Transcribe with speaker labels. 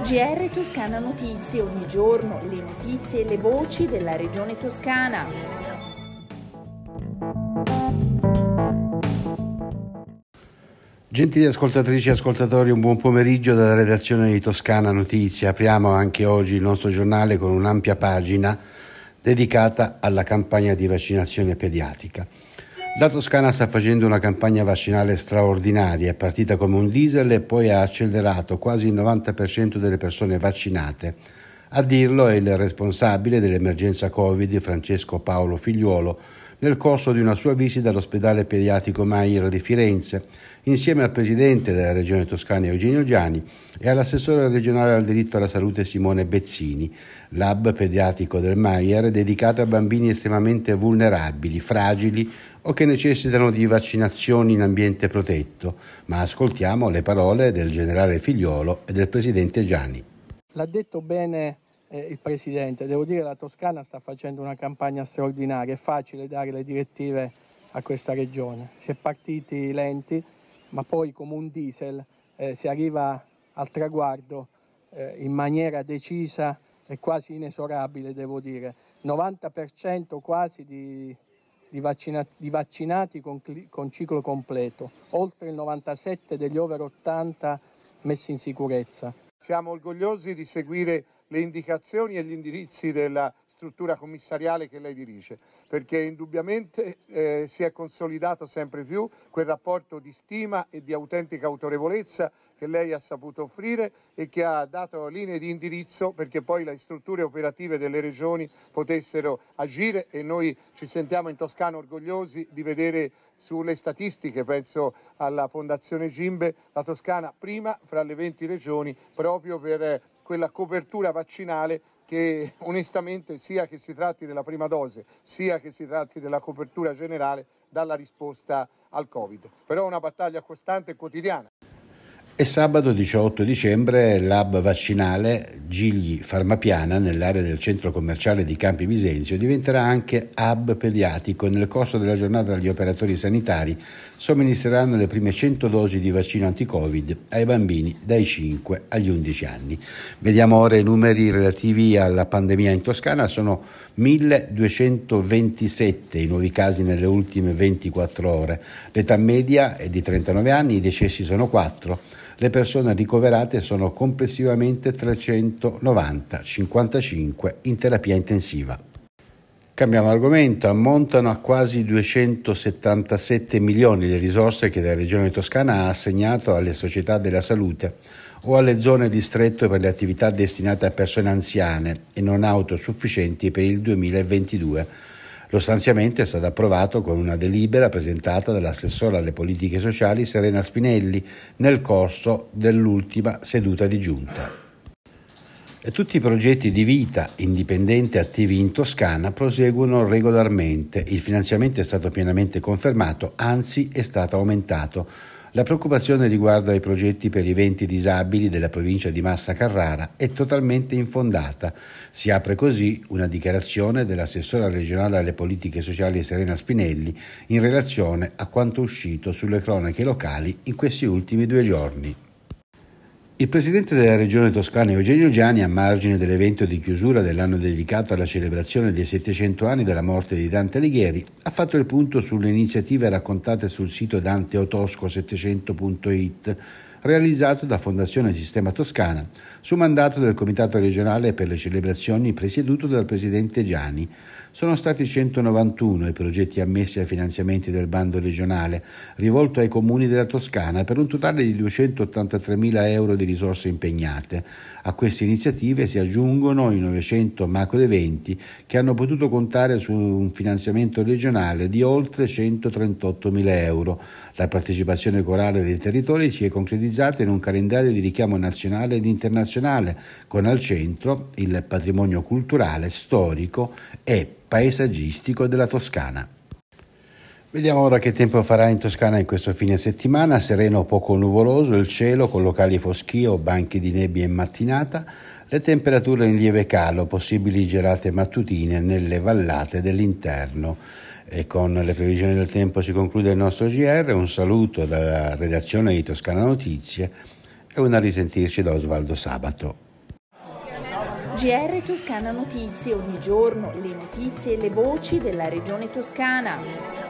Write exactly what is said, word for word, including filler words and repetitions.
Speaker 1: G R Toscana Notizie, ogni giorno le notizie e le voci della regione toscana.
Speaker 2: Gentili ascoltatrici e ascoltatori, un buon pomeriggio dalla redazione di Toscana Notizie. Apriamo anche oggi il nostro giornale con un'ampia pagina dedicata alla campagna di vaccinazione pediatrica. La Toscana sta facendo una campagna vaccinale straordinaria, è partita come un diesel e poi ha accelerato quasi il novanta per cento delle persone vaccinate. A dirlo è il responsabile dell'emergenza Covid, Francesco Paolo Figliuolo, nel corso di una sua visita all'ospedale pediatrico Mayer di Firenze, insieme al presidente della regione Toscana Eugenio Giani e all'assessore regionale al diritto alla salute Simone Bezzini. L'hub pediatrico del Mayer è dedicato a bambini estremamente vulnerabili, fragili o che necessitano di vaccinazioni in ambiente protetto. Ma ascoltiamo le parole del generale Figliuolo e del presidente Giani.
Speaker 3: L'ha detto bene eh, il Presidente, devo dire che la Toscana sta facendo una campagna straordinaria, è facile dare le direttive a questa regione, si è partiti lenti, ma poi come un diesel eh, si arriva al traguardo eh, in maniera decisa e quasi inesorabile, devo dire, novanta per cento quasi di, di, vaccina, di vaccinati con, con ciclo completo, oltre il novantasette per cento degli over ottanta messi in sicurezza.
Speaker 4: Siamo orgogliosi di seguire le indicazioni e gli indirizzi della struttura commissariale che lei dirige, perché indubbiamente eh, si è consolidato sempre più quel rapporto di stima e di autentica autorevolezza che lei ha saputo offrire e che ha dato linee di indirizzo perché poi le strutture operative delle regioni potessero agire, e noi ci sentiamo in Toscana orgogliosi di vedere sulle statistiche, penso alla Fondazione Gimbe, la Toscana prima fra le venti regioni proprio per quella copertura vaccinale che onestamente, sia che si tratti della prima dose sia che si tratti della copertura generale, dà la risposta al Covid. Però è una battaglia costante e quotidiana.
Speaker 2: E sabato diciotto dicembre l'hub vaccinale Gigli Farmapiana nell'area del centro commerciale di Campi Bisenzio diventerà anche hub pediatrico. Nel corso della giornata gli operatori sanitari somministreranno le prime cento dosi di vaccino anti-Covid ai bambini dai cinque agli undici anni. Vediamo ora i numeri relativi alla pandemia in Toscana. Sono milleduecentoventisette i nuovi casi nelle ultime ventiquattro ore. L'età media è di trentanove anni, i decessi sono quattro. Le persone ricoverate sono complessivamente trecentonovanta, cinquantacinque in terapia intensiva. Cambiamo argomento, ammontano a quasi duecentosettantasette milioni le risorse che la Regione Toscana ha assegnato alle società della salute o alle zone distretto per le attività destinate a persone anziane e non autosufficienti per il duemilaventidue. Lo stanziamento è stato approvato con una delibera presentata dall'assessore alle politiche sociali Serena Spinelli nel corso dell'ultima seduta di giunta. E tutti i progetti di vita indipendente attivi in Toscana proseguono regolarmente. Il finanziamento è stato pienamente confermato, anzi è stato aumentato. La preoccupazione riguardo ai progetti per i venti disabili della provincia di Massa Carrara è totalmente infondata. Si apre così una dichiarazione dell'assessora regionale alle politiche sociali Serena Spinelli in relazione a quanto uscito sulle cronache locali in questi ultimi due giorni. Il presidente della regione Toscana Eugenio Giani, a margine dell'evento di chiusura dell'anno dedicato alla celebrazione dei settecento anni della morte di Dante Alighieri, ha fatto il punto sulle iniziative raccontate sul sito dante otosco settecento punto it, realizzato da Fondazione Sistema Toscana, su mandato del Comitato regionale per le celebrazioni presieduto dal presidente Giani. Sono stati centonovantuno i progetti ammessi ai finanziamenti del bando regionale, rivolto ai comuni della Toscana, per un totale di duecentottantatremila euro di risorse impegnate. A queste iniziative si aggiungono i novecento macro-eventi che hanno potuto contare su un finanziamento regionale di oltre centotrentottomila euro. La partecipazione corale dei territori si è concretizzata in un calendario di richiamo nazionale ed internazionale, con al centro il patrimonio culturale, storico e paesaggistico della Toscana. Vediamo ora che tempo farà in Toscana in questo fine settimana. Sereno o poco nuvoloso il cielo, con locali foschie o banchi di nebbia in mattinata. Le temperature in lieve calo, possibili gelate mattutine nelle vallate dell'interno. E con le previsioni del tempo si conclude il nostro G R. Un saluto dalla redazione di Toscana Notizie e una risentirci da Osvaldo Sabato.
Speaker 1: G R Toscana Notizie, ogni giorno le notizie e le voci della regione toscana.